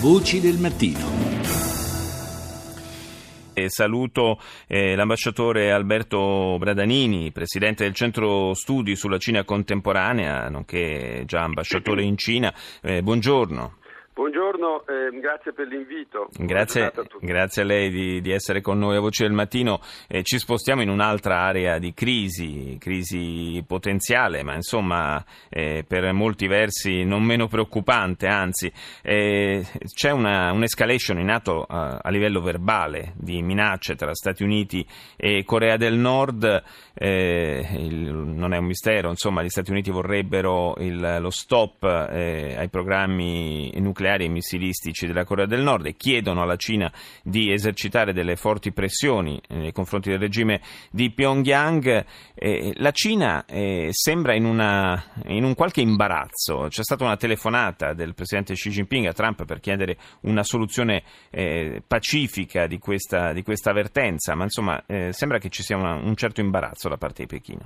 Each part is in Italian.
Voci del mattino. Saluto l'ambasciatore Alberto Bradanini, presidente del Centro Studi sulla Cina Contemporanea, nonché già ambasciatore in Cina. Buongiorno. Buongiorno, grazie per l'invito. Grazie a lei di essere con noi a Voci del Mattino. Ci spostiamo in un'altra area di crisi potenziale, ma insomma per molti versi non meno preoccupante, anzi c'è un'escalation in atto a livello verbale di minacce tra Stati Uniti e Corea del Nord. Non è un mistero, insomma, gli Stati Uniti vorrebbero lo stop ai programmi nucleari e missilistici della Corea del Nord e chiedono alla Cina di esercitare delle forti pressioni nei confronti del regime di Pyongyang. La Cina sembra in un qualche imbarazzo. C'è stata una telefonata del presidente Xi Jinping a Trump per chiedere una soluzione pacifica di questa vertenza, ma insomma sembra che ci sia un certo imbarazzo da parte di Pechino.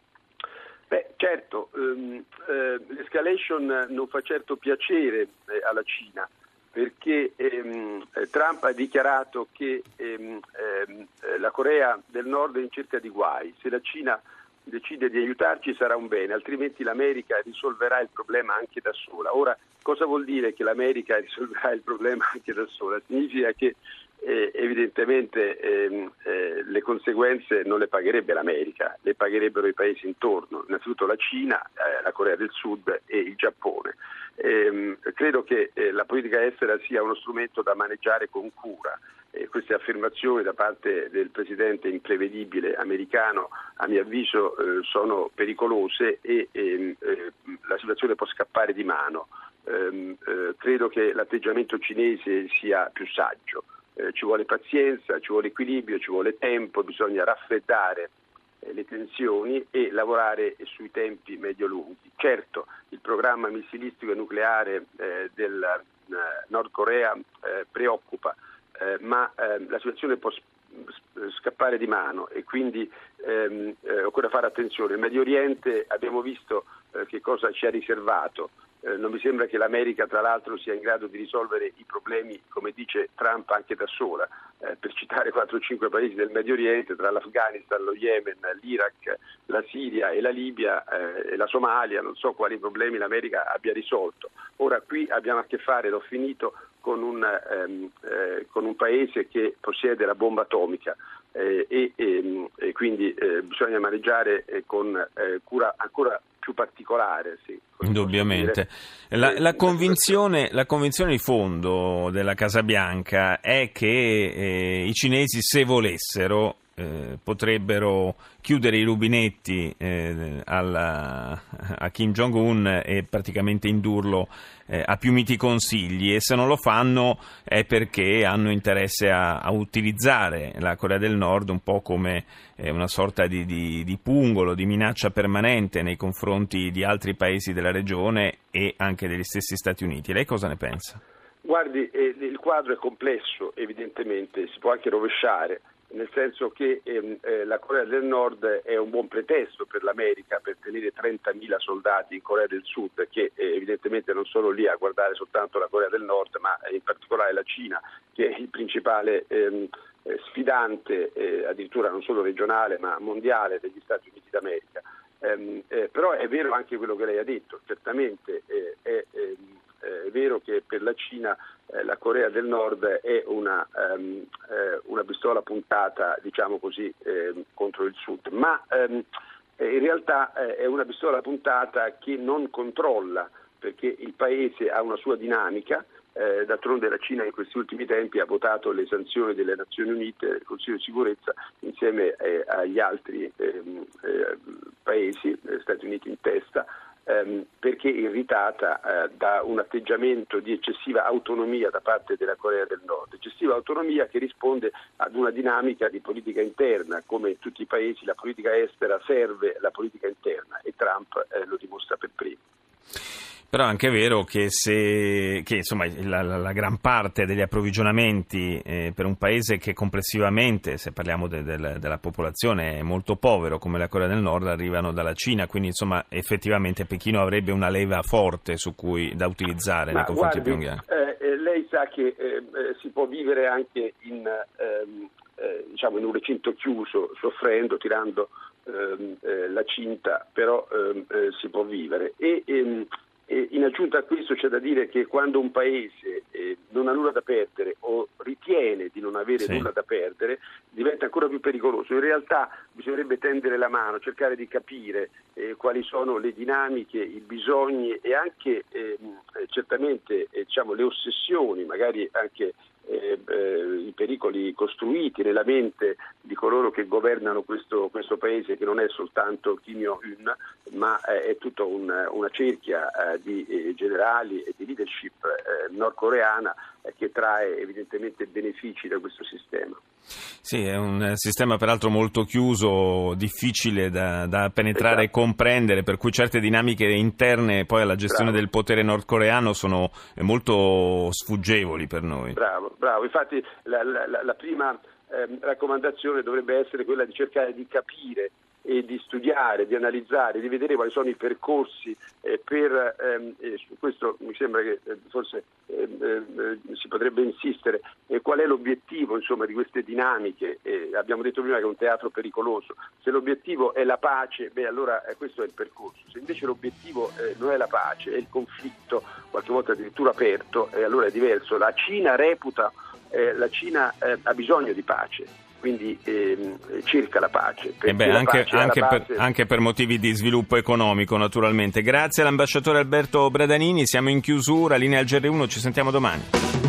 Certo, l'escalation non fa certo piacere alla Cina, perché Trump ha dichiarato che la Corea del Nord è in cerca di guai. Se la Cina decide di aiutarci sarà un bene, altrimenti l'America risolverà il problema anche da sola. Ora, cosa vuol dire che l'America risolverà il problema anche da sola? Significa che evidentemente le conseguenze non le pagherebbe l'America, le pagherebbero i paesi intorno, innanzitutto la Cina, la Corea del Sud e il Giappone. Credo che la politica estera sia uno strumento da maneggiare con cura. Queste affermazioni da parte del presidente imprevedibile americano, a mio avviso, sono pericolose e la situazione può scappare di mano. Credo che l'atteggiamento cinese sia più saggio. Ci vuole pazienza, ci vuole equilibrio, ci vuole tempo, bisogna raffreddare le tensioni e lavorare sui tempi medio-lunghi. Certo, il programma missilistico e nucleare del Nord Corea preoccupa, ma la situazione può scappare di mano e quindi occorre fare attenzione. Il Medio Oriente abbiamo visto che cosa ci ha riservato. Non mi sembra che l'America, tra l'altro, sia in grado di risolvere i problemi, come dice Trump, anche da sola. Per citare 4 o 5 paesi del Medio Oriente, tra l'Afghanistan, lo Yemen, l'Iraq, la Siria e la Libia e la Somalia, non so quali problemi l'America abbia risolto. Ora qui abbiamo a che fare, l'ho finito, con un paese che possiede la bomba atomica e quindi bisogna maneggiare con cura ancora più particolare, sì. Indubbiamente. La convinzione di fondo della Casa Bianca è che i cinesi, se volessero, potrebbero chiudere i rubinetti a Kim Jong-un e praticamente indurlo a più miti consigli, e se non lo fanno è perché hanno interesse a utilizzare la Corea del Nord un po' come una sorta di pungolo, di minaccia permanente nei confronti di altri paesi della regione e anche degli stessi Stati Uniti. Lei cosa ne pensa? Guardi, il quadro è complesso, evidentemente, si può anche rovesciare, nel senso che la Corea del Nord è un buon pretesto per l'America per tenere 30.000 soldati in Corea del Sud, che evidentemente non sono lì a guardare soltanto la Corea del Nord, ma in particolare la Cina, che è il principale sfidante, addirittura non solo regionale ma mondiale, degli Stati Uniti d'America. Però è vero anche quello che lei ha detto, certamente è vero che per la Cina la Corea del Nord è una pistola puntata, diciamo così, contro il Sud, ma in realtà è una pistola puntata che non controlla, perché il paese ha una sua dinamica. D'altronde la Cina in questi ultimi tempi ha votato le sanzioni delle Nazioni Unite, del Consiglio di sicurezza, insieme agli altri paesi, Stati Uniti in testa, perché irritata da un atteggiamento di eccessiva autonomia da parte della Corea del Nord, eccessiva autonomia che risponde ad una dinamica di politica interna. Come in tutti i paesi la politica estera serve la politica interna e Trump lo dimostra per primo. Però è anche vero che insomma la gran parte degli approvvigionamenti per un paese che complessivamente, se parliamo della popolazione, è molto povero come la Corea del Nord, arrivano dalla Cina, quindi insomma effettivamente Pechino avrebbe una leva forte da utilizzare nei confronti di Pyongyang. lei sa che si può vivere anche in un recinto chiuso, soffrendo, tirando la cinta, però si può vivere. E in aggiunta a questo c'è da dire che quando un paese non ha nulla da perdere o ritiene di non avere nulla da perdere, diventa ancora più pericoloso. In realtà bisognerebbe tendere la mano, cercare di capire quali sono le dinamiche, i bisogni e anche certamente le ossessioni, magari anche i pericoli costruiti nella mente di coloro che governano questo paese, che non è soltanto Kim Jong-un, ma è tutta una cerchia di generali e di leadership nordcoreana che trae evidentemente benefici da questo sistema. Sì, è un sistema peraltro molto chiuso, difficile da penetrare e comprendere, per cui certe dinamiche interne poi alla gestione del potere nordcoreano sono molto sfuggevoli per noi. Bravo. Infatti la prima raccomandazione dovrebbe essere quella di cercare di capire e di studiare, di analizzare, di vedere quali sono i percorsi su questo mi sembra che forse si potrebbe insistere, qual è l'obiettivo di queste dinamiche. Abbiamo detto prima che è un teatro pericoloso. Se l'obiettivo è la pace, allora questo è il percorso. Se invece l'obiettivo non è la pace, è il conflitto, qualche volta addirittura aperto, allora è diverso. La Cina ha bisogno di pace, quindi cerca la pace. Anche per motivi di sviluppo economico, naturalmente. Grazie all'ambasciatore Alberto Bradanini, siamo in chiusura, linea al GR1, ci sentiamo domani.